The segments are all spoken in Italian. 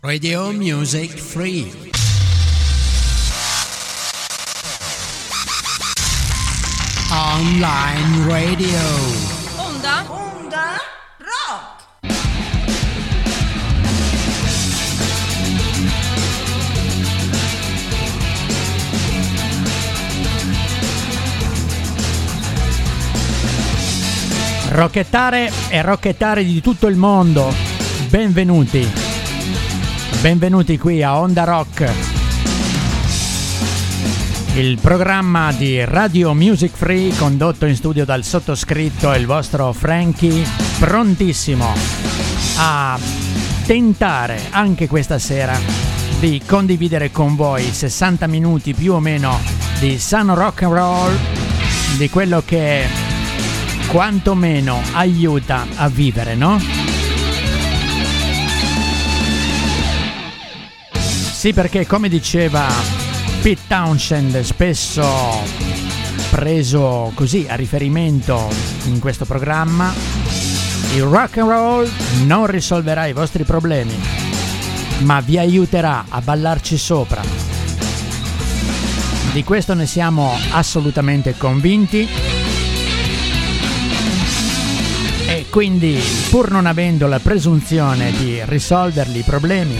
Radio Music Free. Online radio. Onda rock. Rockettare e rockettare di tutto il mondo, benvenuti qui a Onda Rock, il programma di Radio Music Free condotto in studio dal sottoscritto e il vostro Frankie, prontissimo a tentare anche questa sera di condividere con voi 60 minuti più o meno di sano rock and roll, di quello che quantomeno aiuta a vivere, no? Sì, perché come diceva Pete Townshend, spesso preso così a riferimento in questo programma, il rock and roll non risolverà i vostri problemi, ma vi aiuterà a ballarci sopra. Di questo ne siamo assolutamente convinti. E quindi, pur non avendo la presunzione di risolverli i problemi,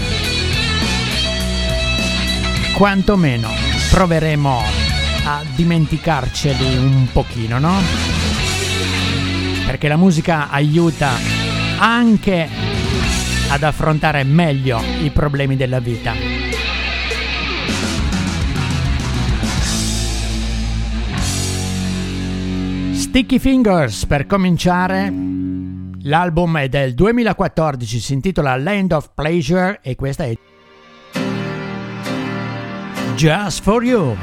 quantomeno proveremo a dimenticarceli un pochino, no? Perché la musica aiuta anche ad affrontare meglio i problemi della vita. Sticky Fingers per cominciare. L'album è del 2014, si intitola Land of Pleasure e questa è Just For You.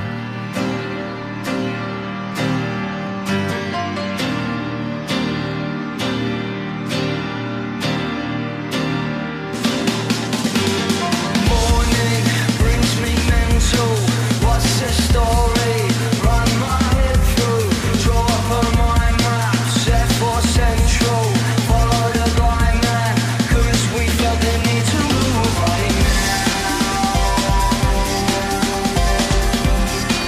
Just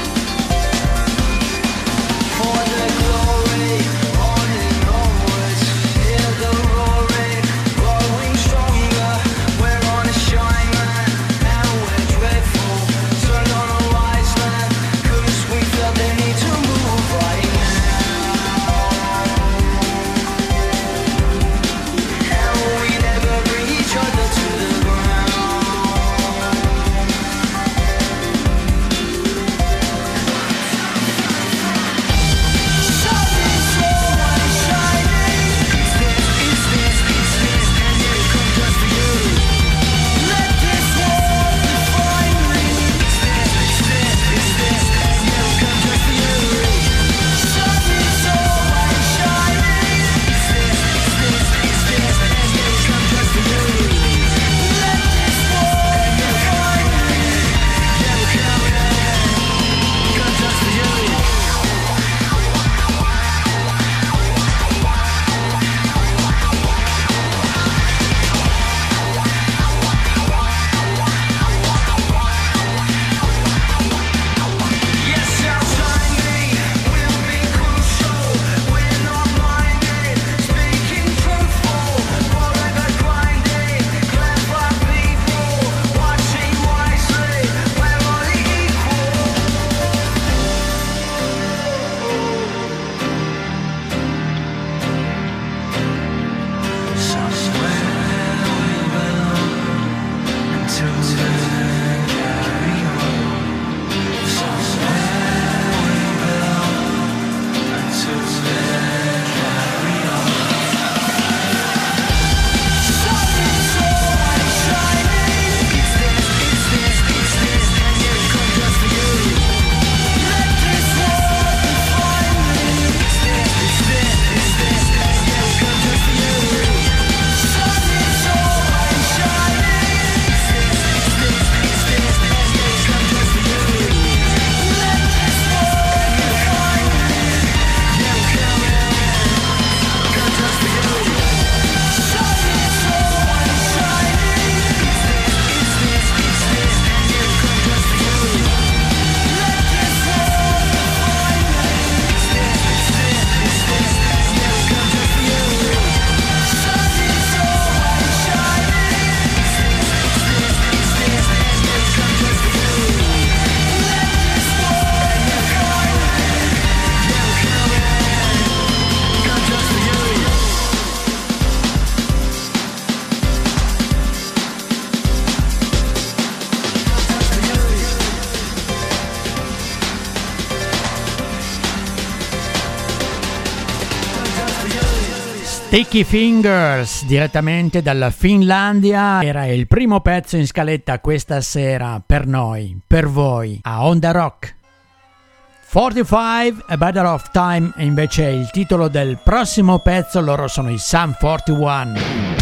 Sticky Fingers, direttamente dalla Finlandia, era il primo pezzo in scaletta questa sera per noi, per voi, a Onda Rock. 45, A Matter of Time, è invece il titolo del prossimo pezzo, loro sono i Sum 41.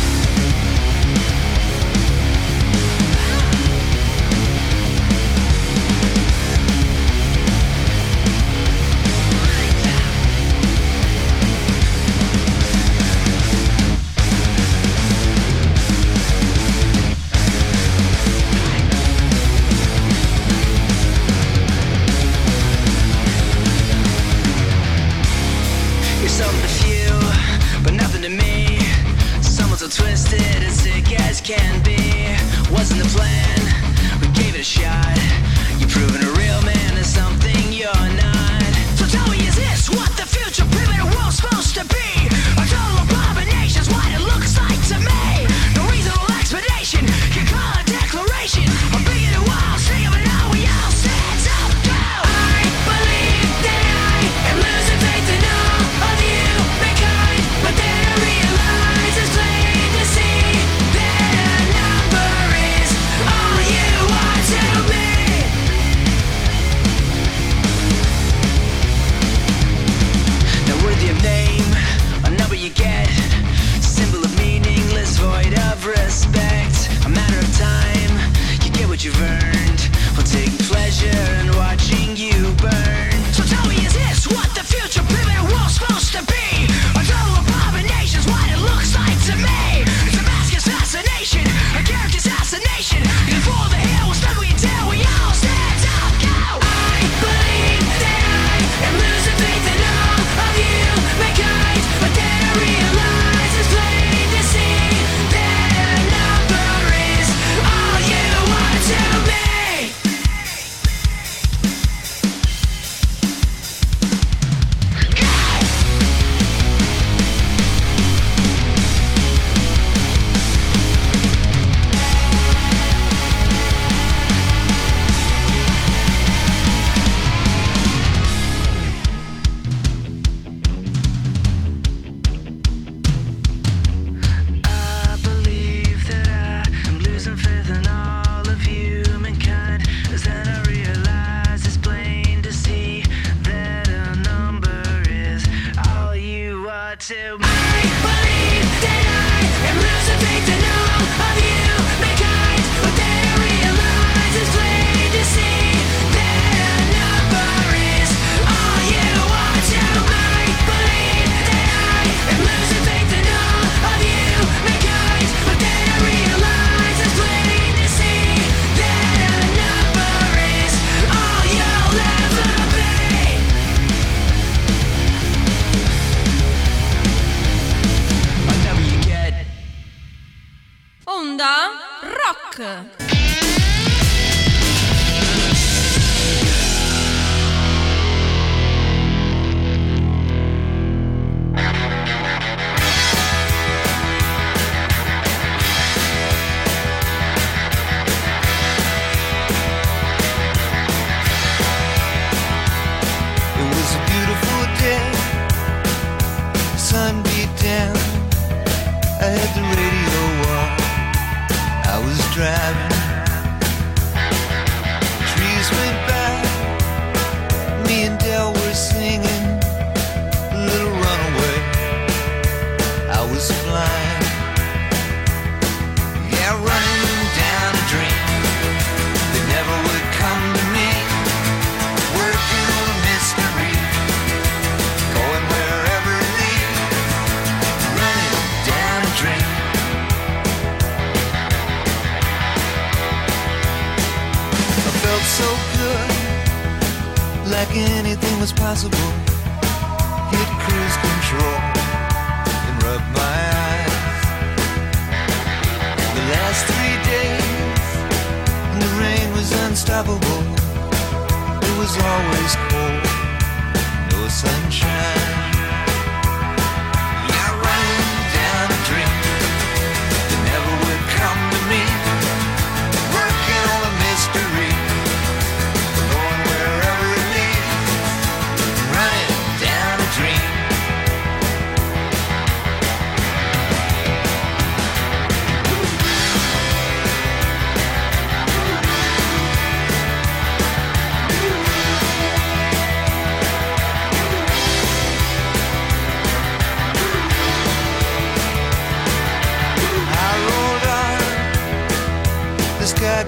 Can be, wasn't the plan, we gave it a shot. You're proving a real man is something you're not. So tell me, is this what the future primitive world's supposed to be? A total abomination's what it looks like to me. No reasonable explanation, you call it declaration. I'm bigger than wild, sing it, but now we all stand up, go. I believe that I am losing faith in all of you, mankind, but then I realize it's plain to see. Respect, a matter of time. You get what you've earned. We'll take pleasure in watching you burn. So tell me, is this what the future primitive world's supposed to be? A total abomination's what it looks like to me. It's a mask assassination, a character assassination. Before the hill will start we tell we all stand up, go. I believe that I am losing faith in all of you, mankind, but then I realize it's plain to see.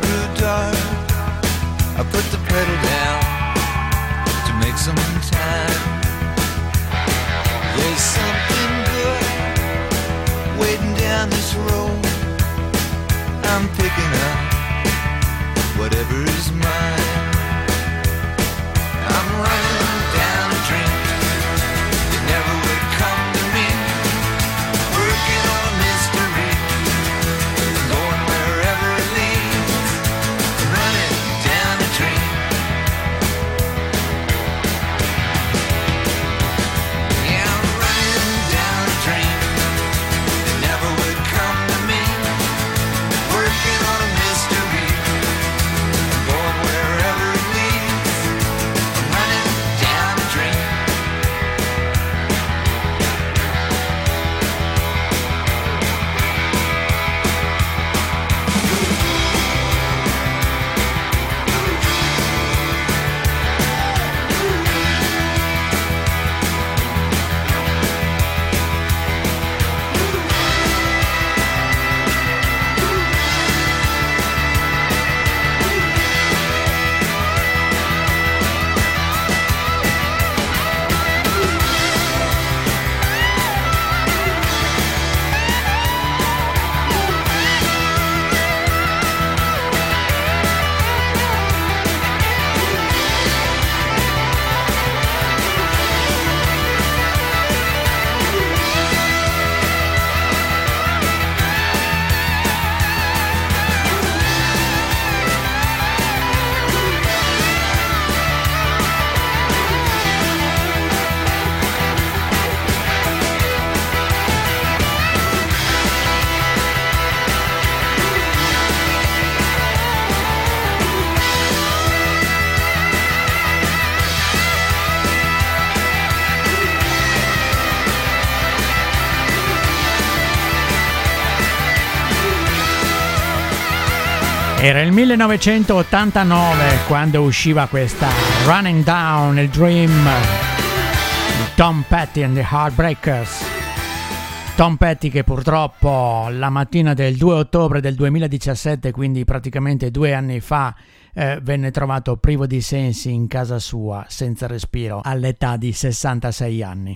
grew dark, I put the pedal down to make some time. There's something good waiting down this road. I'm picking up whatever is mine. I'm running down a dream that never would come to me. Working on a mystery, going wherever it leads. Running down a dream. Yeah, I'm running down a dream that never would come to me. Working on a mystery, going wherever it leads. I'm running down a dream. Era il 1989 quando usciva questa Running Down a Dream di Tom Petty and the Heartbreakers. Tom Petty che purtroppo la mattina del 2 ottobre del 2017, quindi praticamente 2 anni fa, venne trovato privo di sensi in casa sua, senza respiro, all'età di 66 anni.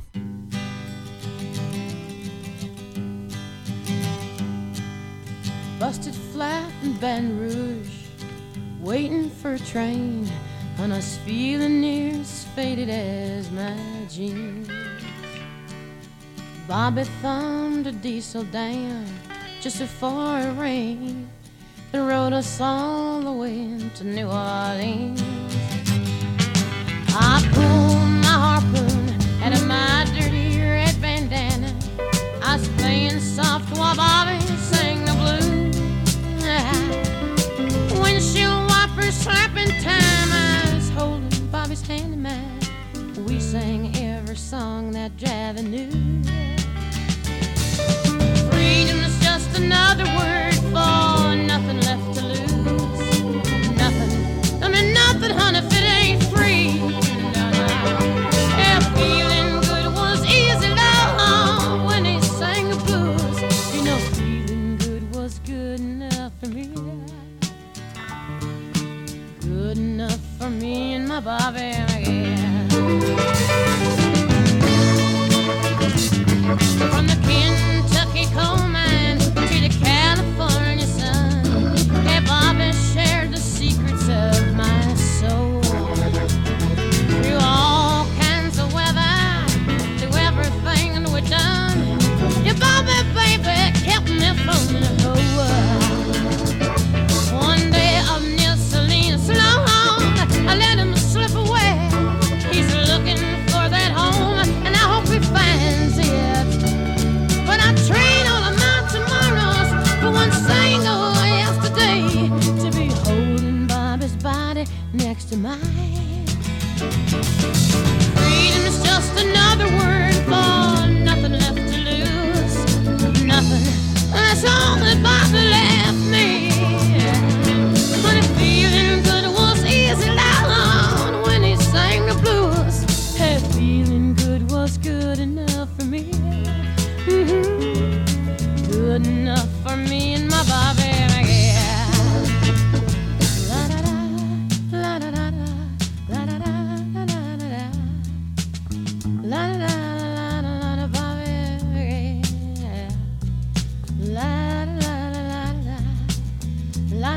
Busted flat in Baton Rouge, waiting for a train, and I was feeling near as faded as my jeans. Bobby thumbed a diesel down just before it rained and rode us all the way to New Orleans. I pulled my harpoon out of my dirty red bandana. I was playing soft while Bobby sang the blues. Windshield wipers slapping time, I was holding Bobby's hand in mine. We sang every song that Javi knew. Freedom is just another word for nothing left to lose. Nothing, I mean nothing, honey, if it ain't free. No, no. Yeah, feeling good was easy, love, when he sang the blues. You know, feeling good was good enough for me. Good enough for me and my Bobby, yeah. From the Kentucky coal mine to the California sun, yeah, Bobby shared the secrets of my soul. Through all kinds of weather, through everything that we've done, yeah, Bobby, baby, kept me from the whole world. One day up near Selena Sloan, I let him slip away. He's looking for that home, and I hope he finds it. But I trade all of my tomorrows for one single yesterday, to be holding Bobby's body next to mine. Freedom is just another word for nothing left to lose. Nothing, that's all that Bobby left me. But if feeling good was easy, loud when he sang the blues, hey, feeling good was good enough for me. Good enough for me and my Bobby, yeah.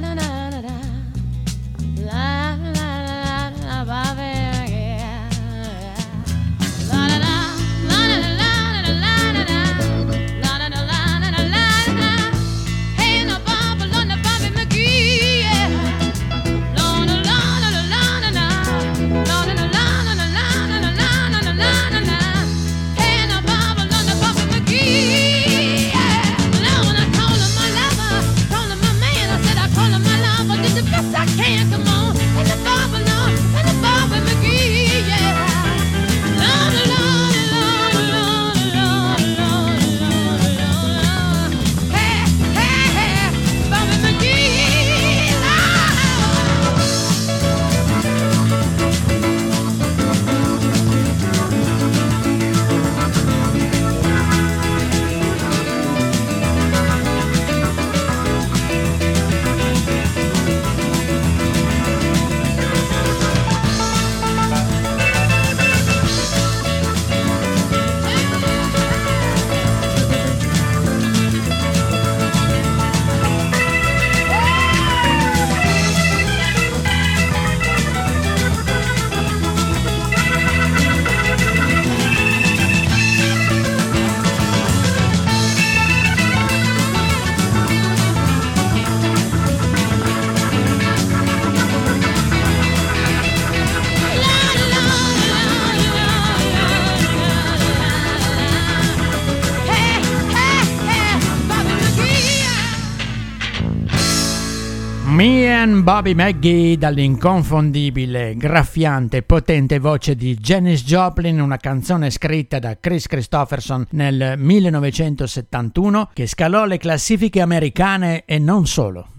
Me and Bobby McGee dall'inconfondibile, graffiante e potente voce di Janis Joplin, una canzone scritta da Chris Christopherson nel 1971 che scalò le classifiche americane e non solo.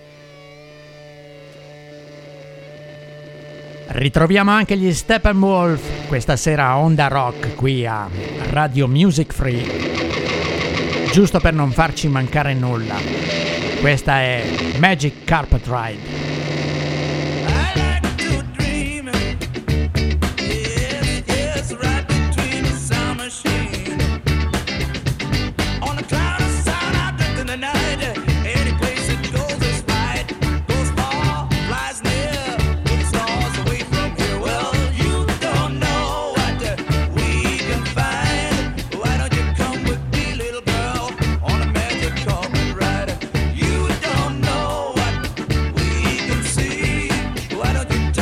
Ritroviamo anche gli Steppenwolf questa sera a Onda Rock qui a Radio Music Free, giusto per non farci mancare nulla. Questa è Magic Carpet Ride. Why don't you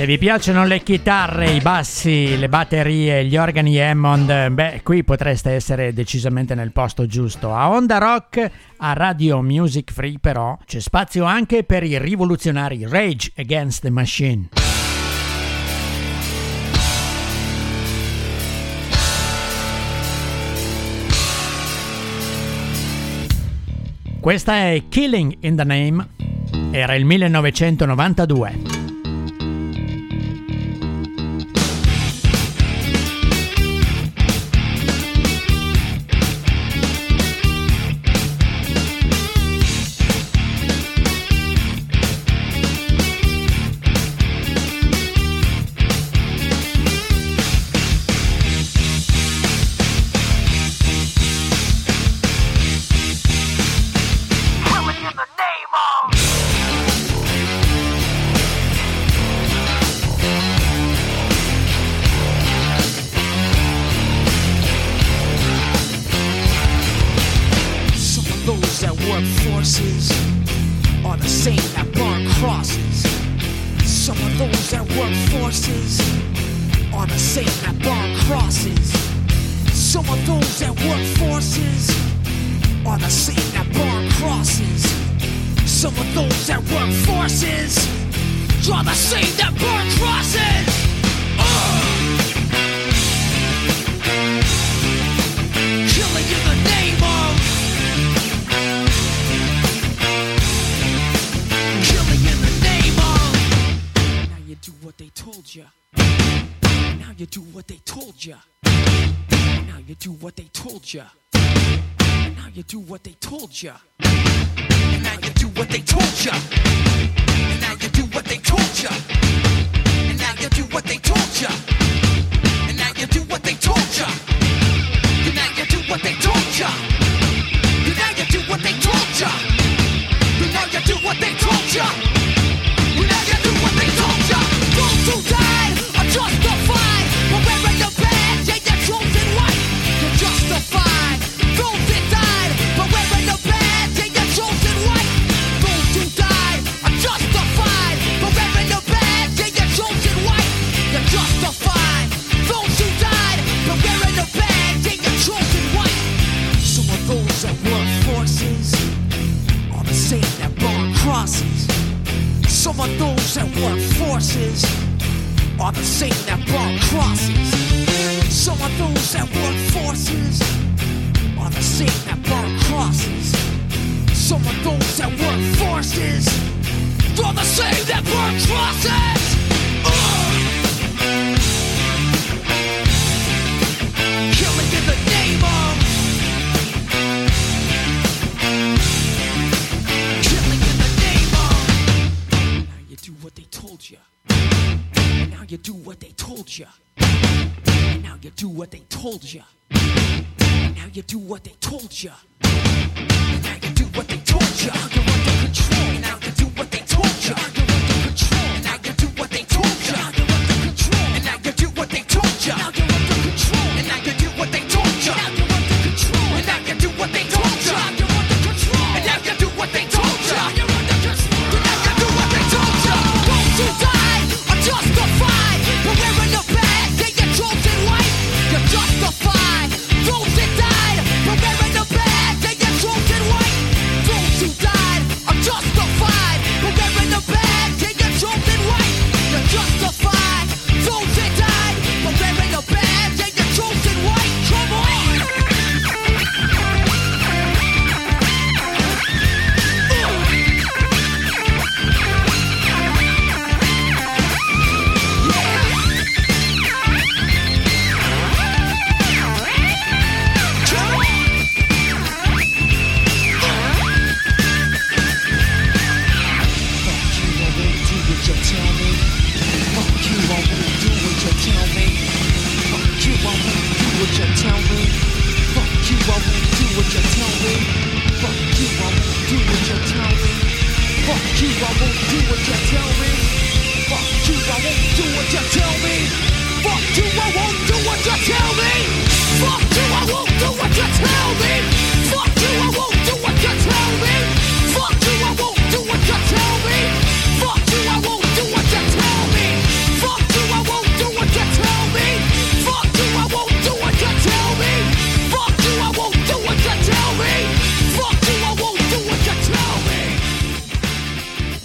Se vi piacciono le chitarre, i bassi, le batterie, gli organi Hammond, beh, qui potreste essere decisamente nel posto giusto. A Onda Rock, a Radio Music Free però, c'è spazio anche per i rivoluzionari Rage Against the Machine. Questa è Killing in the Name, era il 1992.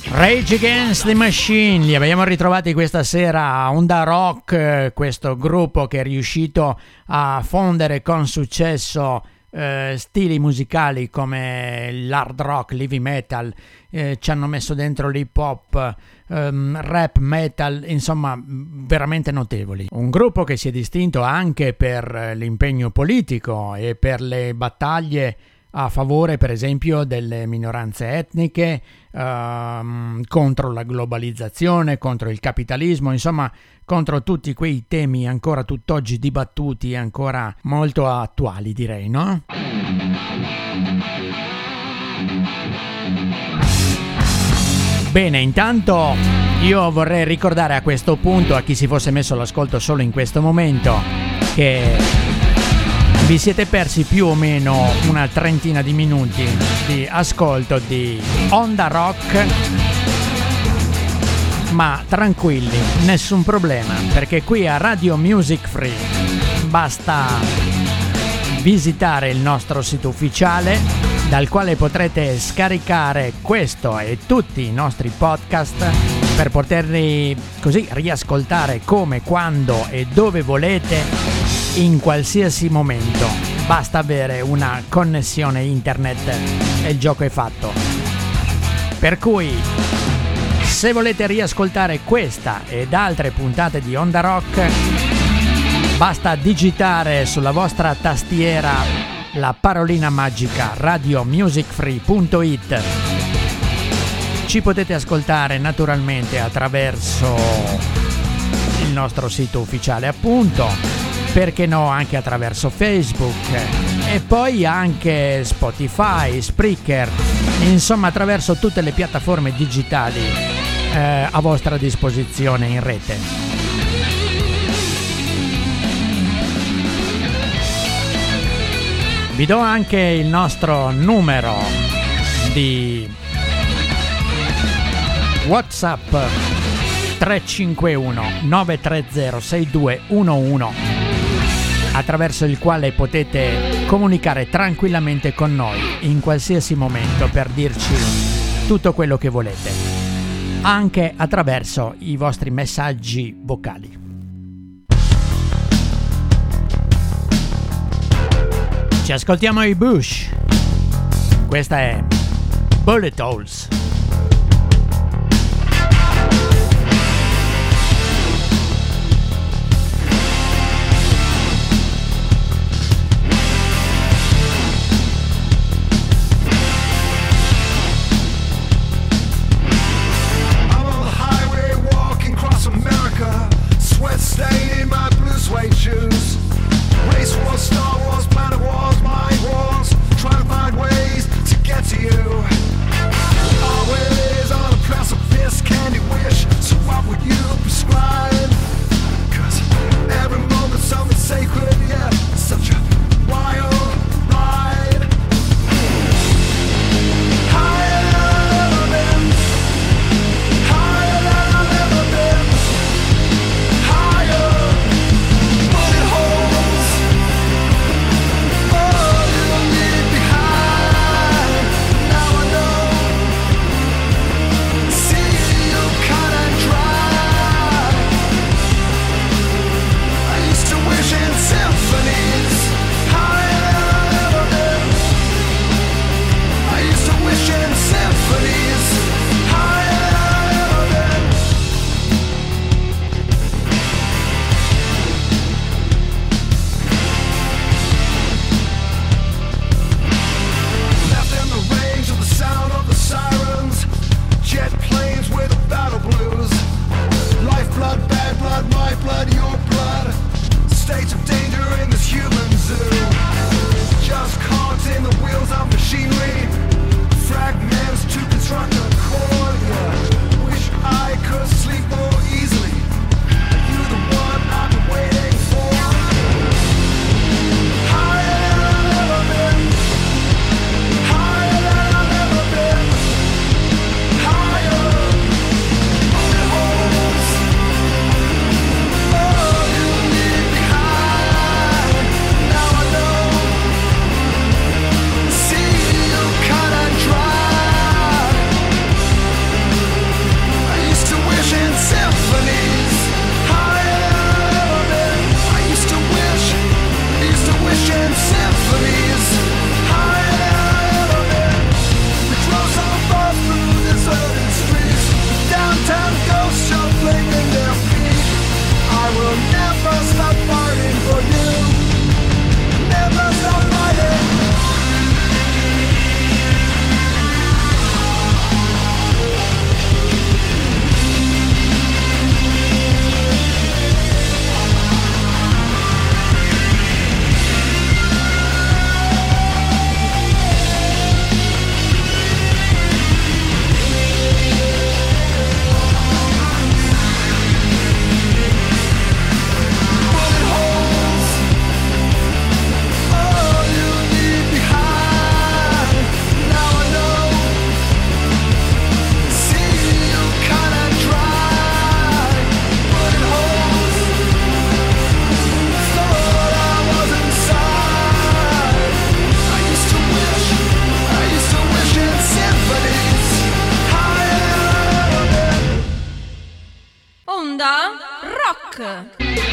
Rage Against the Machine, li abbiamo ritrovati questa sera a Onda Rock, questo gruppo che è riuscito a fondere con successo stili musicali come l'hard rock, l'heavy metal, ci hanno messo dentro l'hip hop, rap, metal, insomma veramente notevoli. Un gruppo che si è distinto anche per l'impegno politico e per le battaglie a favore per esempio delle minoranze etniche, contro la globalizzazione, contro il capitalismo, insomma contro tutti quei temi ancora tutt'oggi dibattuti e ancora molto attuali, direi, no? Bene, intanto io vorrei ricordare a questo punto a chi si fosse messo all'ascolto solo in questo momento che vi siete persi più o meno una trentina di minuti di ascolto di Onda Rock, ma tranquilli, nessun problema, perché qui a Radio Music Free basta visitare il nostro sito ufficiale, dal quale potrete scaricare questo e tutti i nostri podcast per poterli così riascoltare come, quando e dove volete, in qualsiasi momento. Basta avere una connessione internet e il gioco è fatto. Per cui, se volete riascoltare questa ed altre puntate di Onda Rock, basta digitare sulla vostra tastiera la parolina magica radiomusicfree.it. Ci potete ascoltare naturalmente attraverso il nostro sito ufficiale, appunto, perché no anche attraverso Facebook e poi anche Spotify, Spreaker, insomma attraverso tutte le piattaforme digitali a vostra disposizione in rete. Vi do anche il nostro numero di WhatsApp 351 930 6211, attraverso il quale potete comunicare tranquillamente con noi in qualsiasi momento per dirci tutto quello che volete, anche attraverso i vostri messaggi vocali. Ci ascoltiamo i Bush. Questa è Bullet Holes. Staying in my blue suede shoes. Race wars, Star Wars, planet wars, mind wars. Trying to find ways to get to you. rock.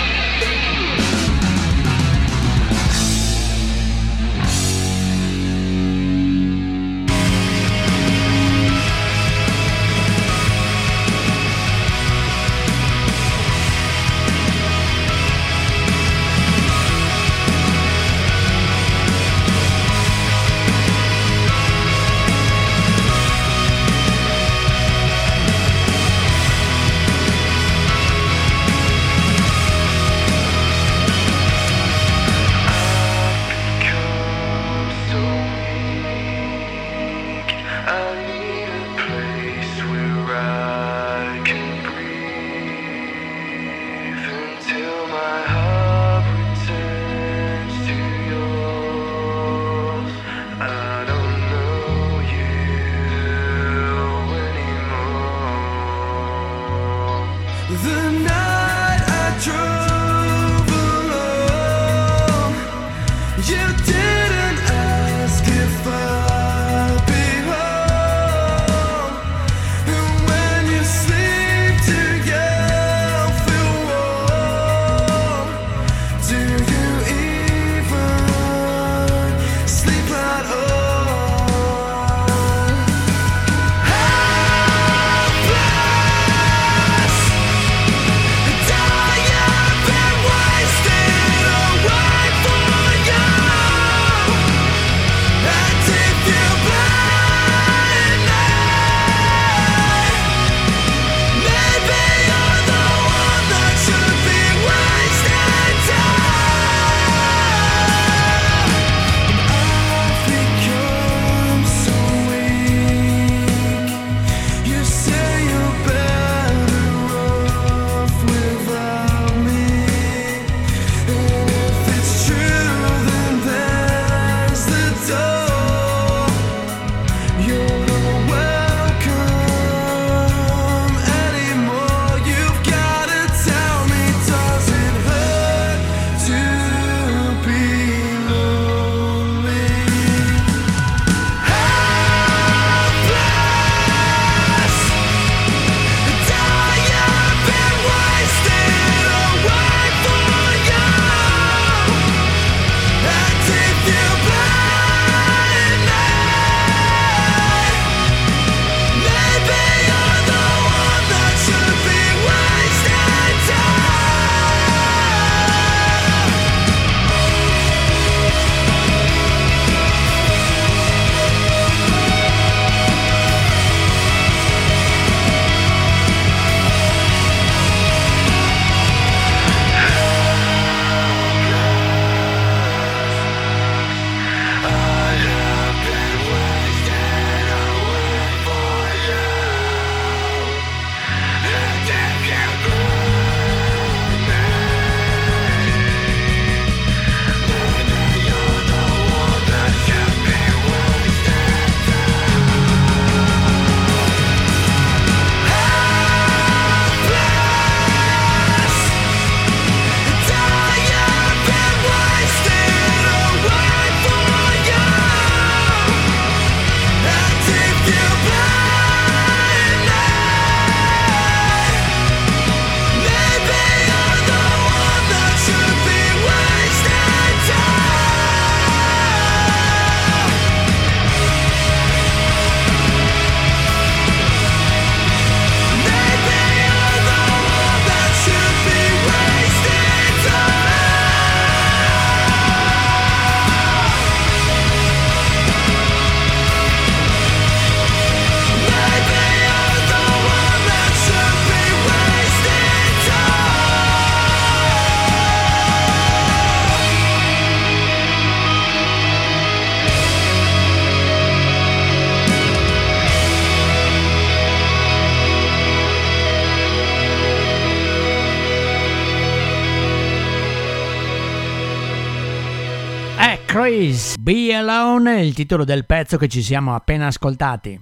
Craze, Be Alone è il titolo del pezzo che ci siamo appena ascoltati.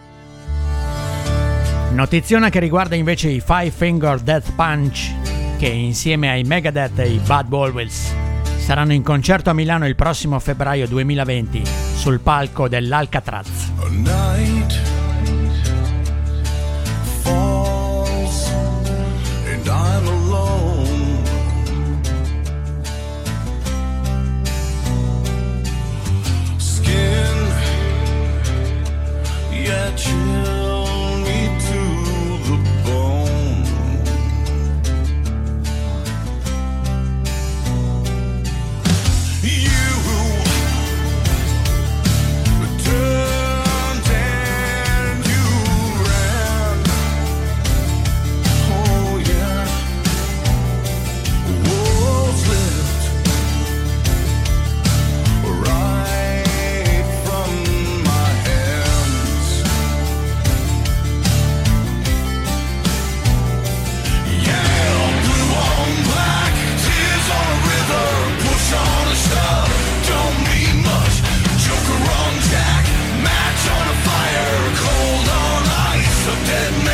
Notiziona che riguarda invece i Five Finger Death Punch, che insieme ai Megadeth e i Bad Wolves saranno in concerto a Milano il prossimo febbraio 2020 sul palco dell'Alcatraz. A night falls and I'm alone.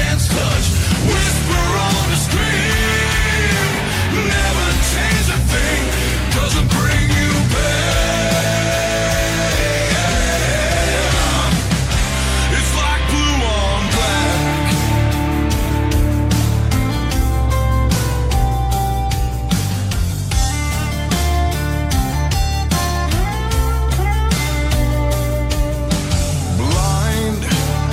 man's touch. Whisper on the screen, never change a thing, doesn't bring you back. It's like blue on black. Blind,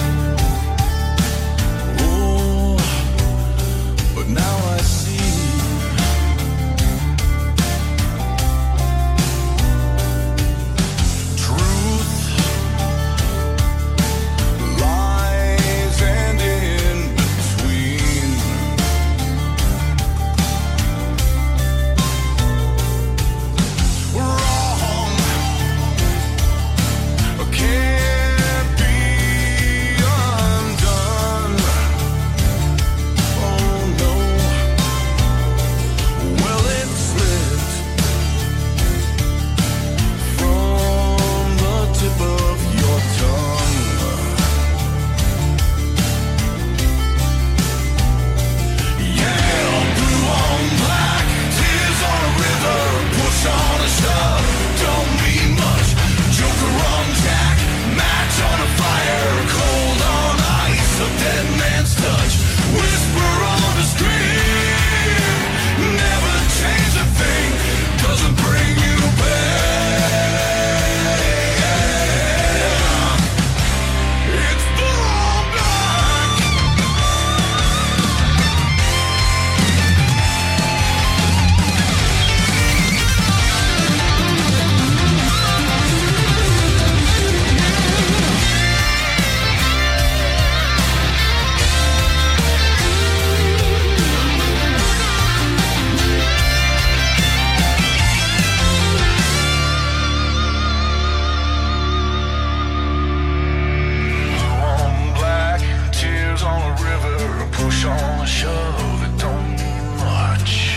oh, but now I see. Truth, lies, and in between. Wrong can't be undone. Oh no. Well, it slipped from the tip of your tongue. Yeah, blue on black, tears on a river, push on a shove, don't mean much. Joker on Jack, match on a fire, cold on ice, a dead man's touch. Whisper on the screen, never change a thing, doesn't bring you back. It's blue on black. Blue on black, tears on a river, push on a shove, it don't mean much.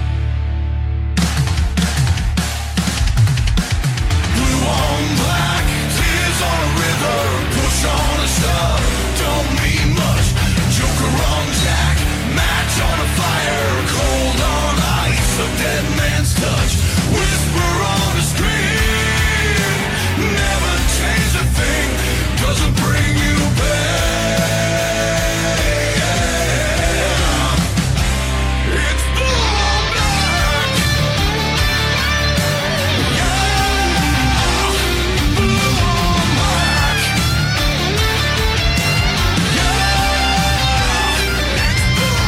Blue on black, tears on a river, push on a shove, don't mean much. Joker on Jack, match on a fire, cold on ice, a dead man's touch. Whisper on the screen, never change a thing, doesn't bring you back. It's blue on black. Yeah, blue on black. Yeah, it's blue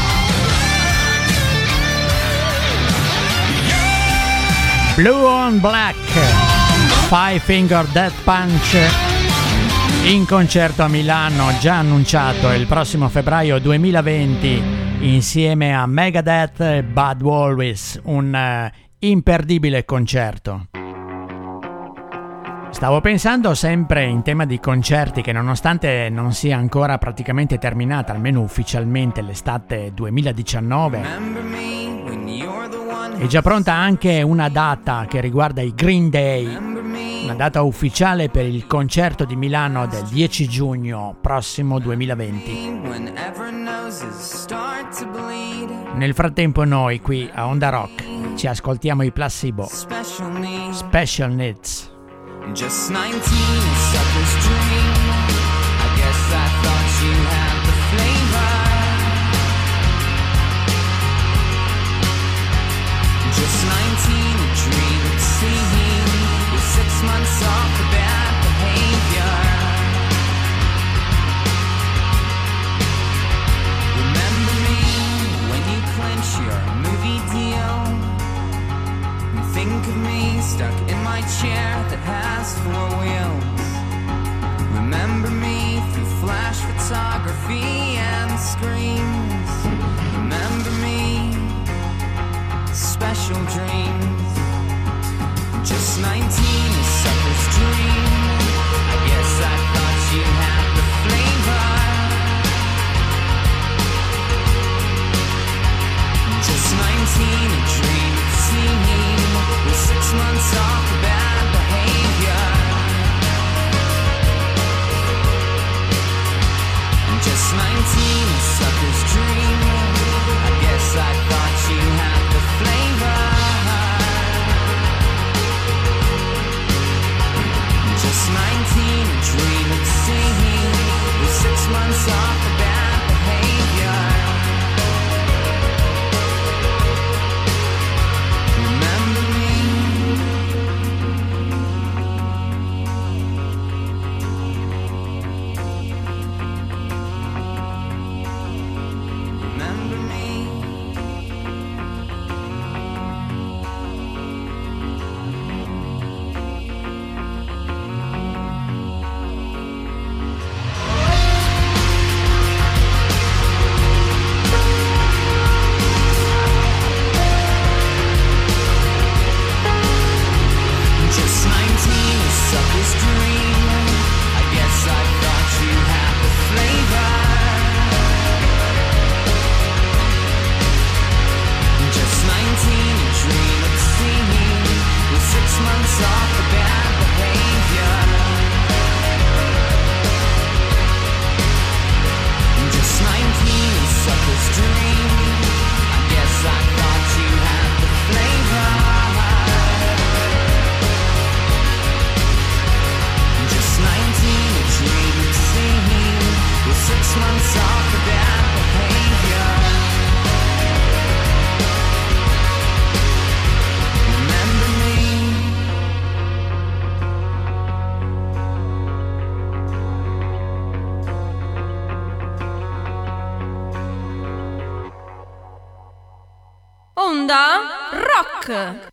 on black. Blue on Black, Five Finger Death Punch, in concerto a Milano, già annunciato il prossimo febbraio 2020 insieme a Megadeth e Bud Wallis, un imperdibile concerto. Stavo pensando sempre in tema di concerti che, nonostante non sia ancora praticamente terminata, almeno ufficialmente, l'estate 2019, è già pronta anche una data che riguarda i Green Day, una data ufficiale per il concerto di Milano del 10 giugno prossimo 2020. Nel frattempo noi qui a Onda Rock ci ascoltiamo i Placebo, Special Needs. Just 19, a sucker's dream. I guess I thought you had the flavor. Just 19, a dream of seeing with 6 months off for bad behavior. Remember me when you clinch your movie deal. Think of me stuck in my chair that has 4 wheels. Remember me through flash photography and screens. Remember me, special dreams. Just 19, a sucker's dream. I guess I thought you had the flavor. Just 19, a dream of seeing with 6 months off for bad behavior. Just 19, Onda Rock.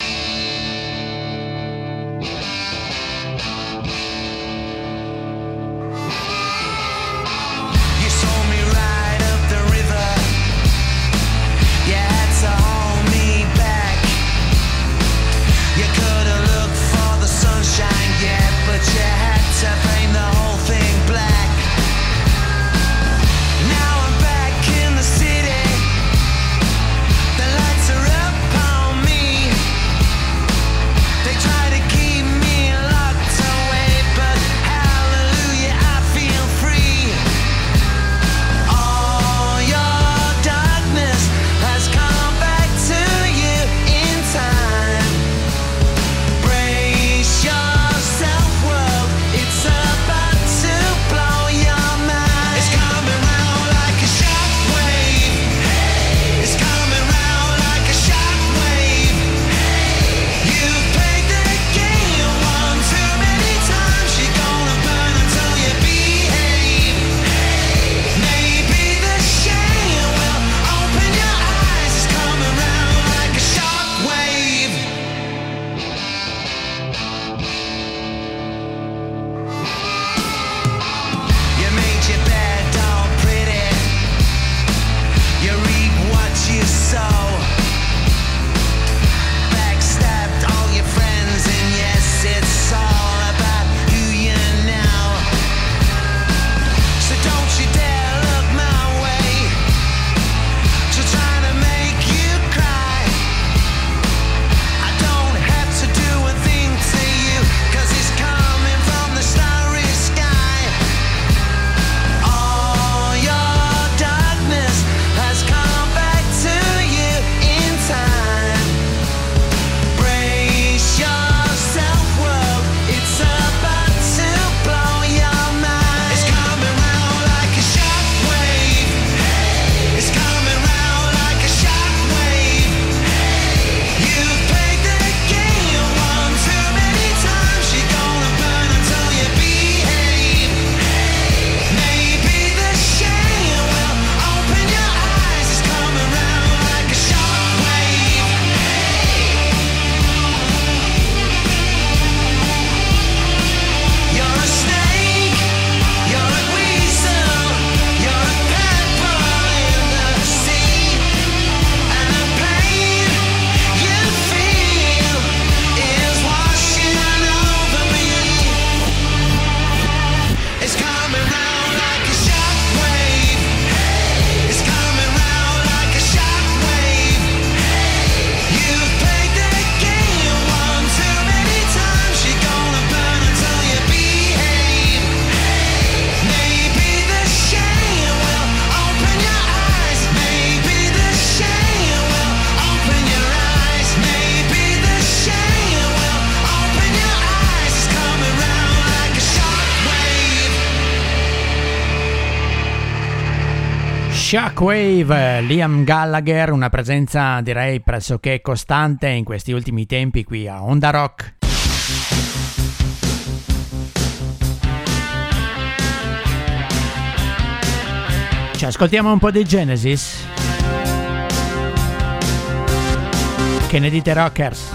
Shockwave, Liam Gallagher, una presenza direi pressoché costante in questi ultimi tempi qui a Onda Rock. Ci ascoltiamo un po' di Genesis? Che ne dite rockers?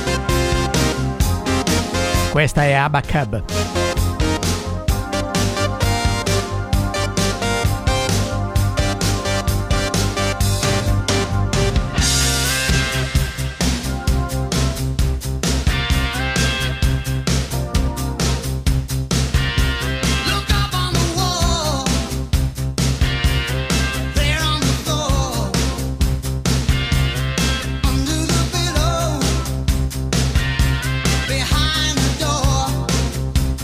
Questa è Abba Cub. Behind the door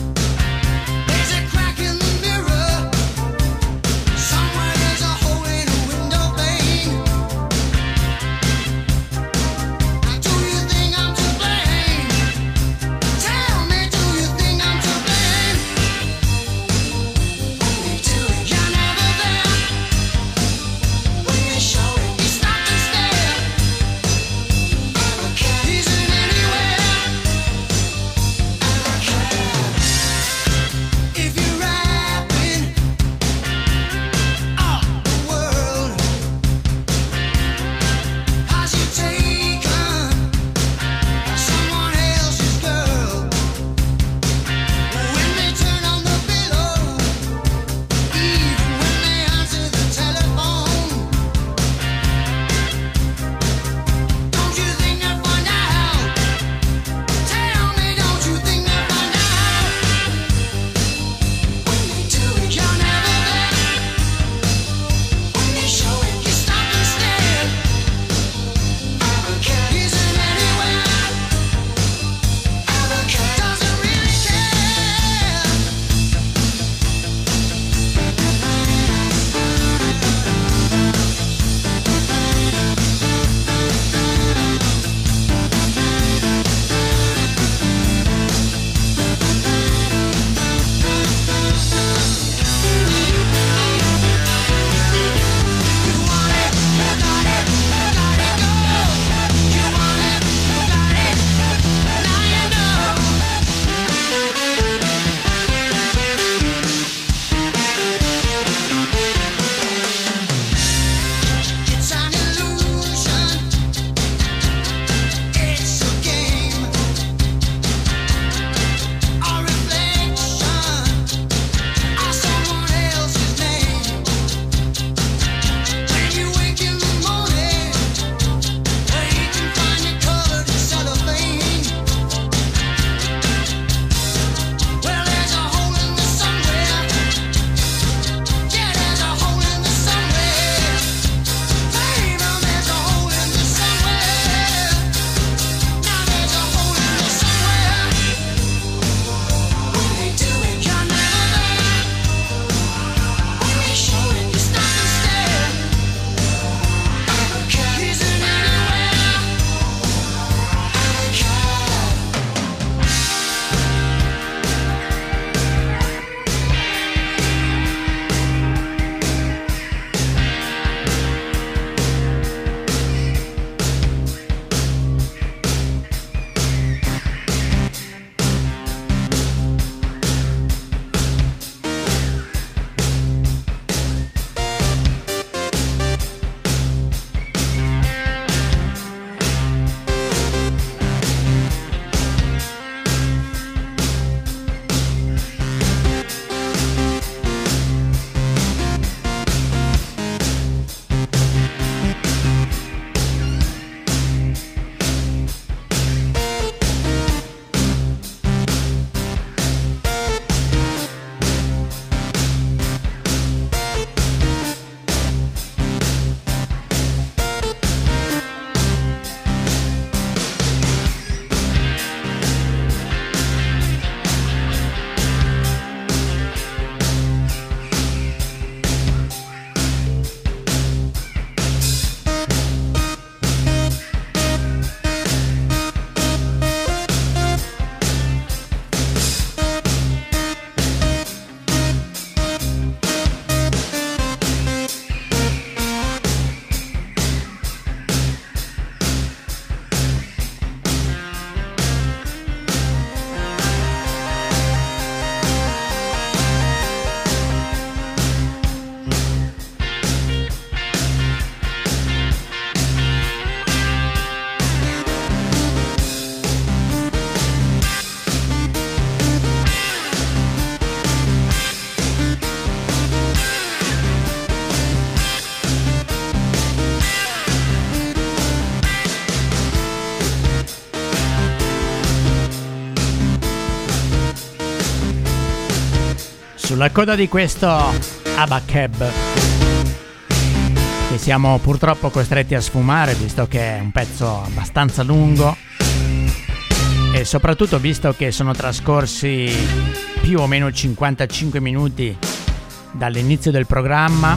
sulla coda di questo ABBA Cab, che siamo purtroppo costretti a sfumare visto che è un pezzo abbastanza lungo e soprattutto visto che sono trascorsi più o meno 55 minuti dall'inizio del programma,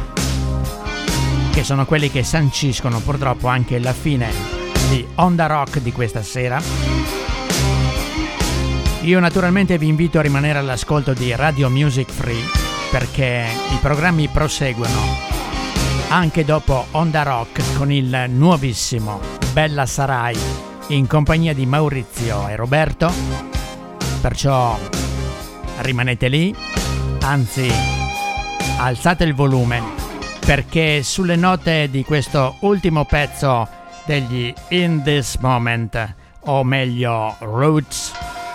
che sono quelli che sanciscono purtroppo anche la fine di Onda Rock di questa sera. Io naturalmente vi invito a rimanere all'ascolto di Radio Music Free, perché i programmi proseguono anche dopo Onda Rock con il nuovissimo Bella Sarai in compagnia di Maurizio e Roberto. Perciò rimanete lì, anzi alzate il volume, perché sulle note di questo ultimo pezzo degli In This Moment, o meglio Roots,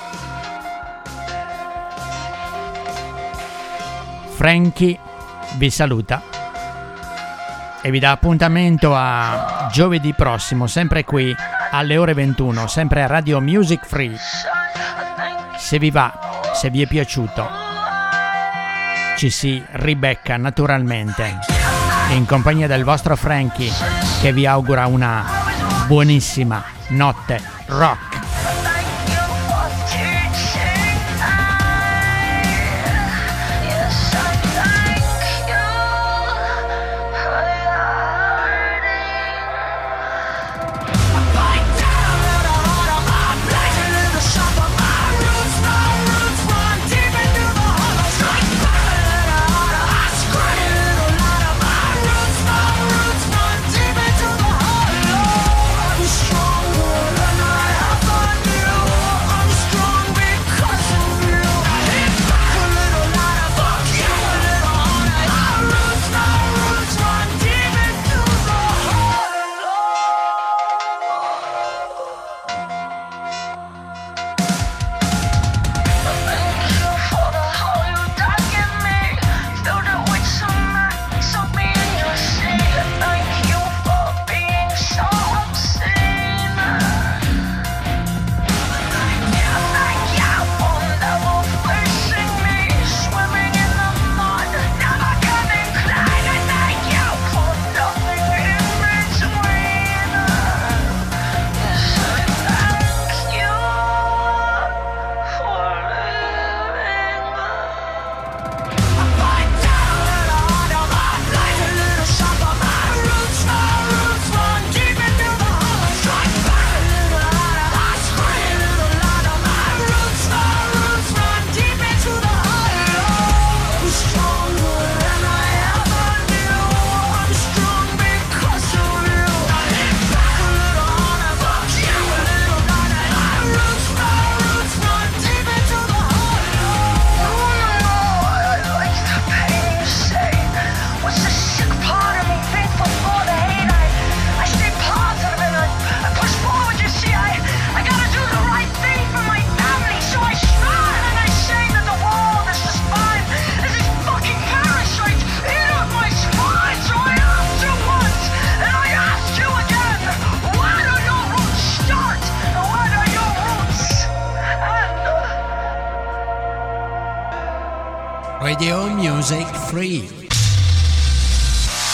Frankie vi saluta e vi dà appuntamento a giovedì prossimo, sempre qui alle ore 21, sempre a Radio Music Free. Se vi va, se vi è piaciuto, ci si ribecca naturalmente in compagnia del vostro Frankie, che vi augura una buonissima notte rock. Radio Music Free.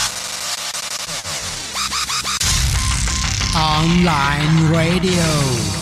Online radio.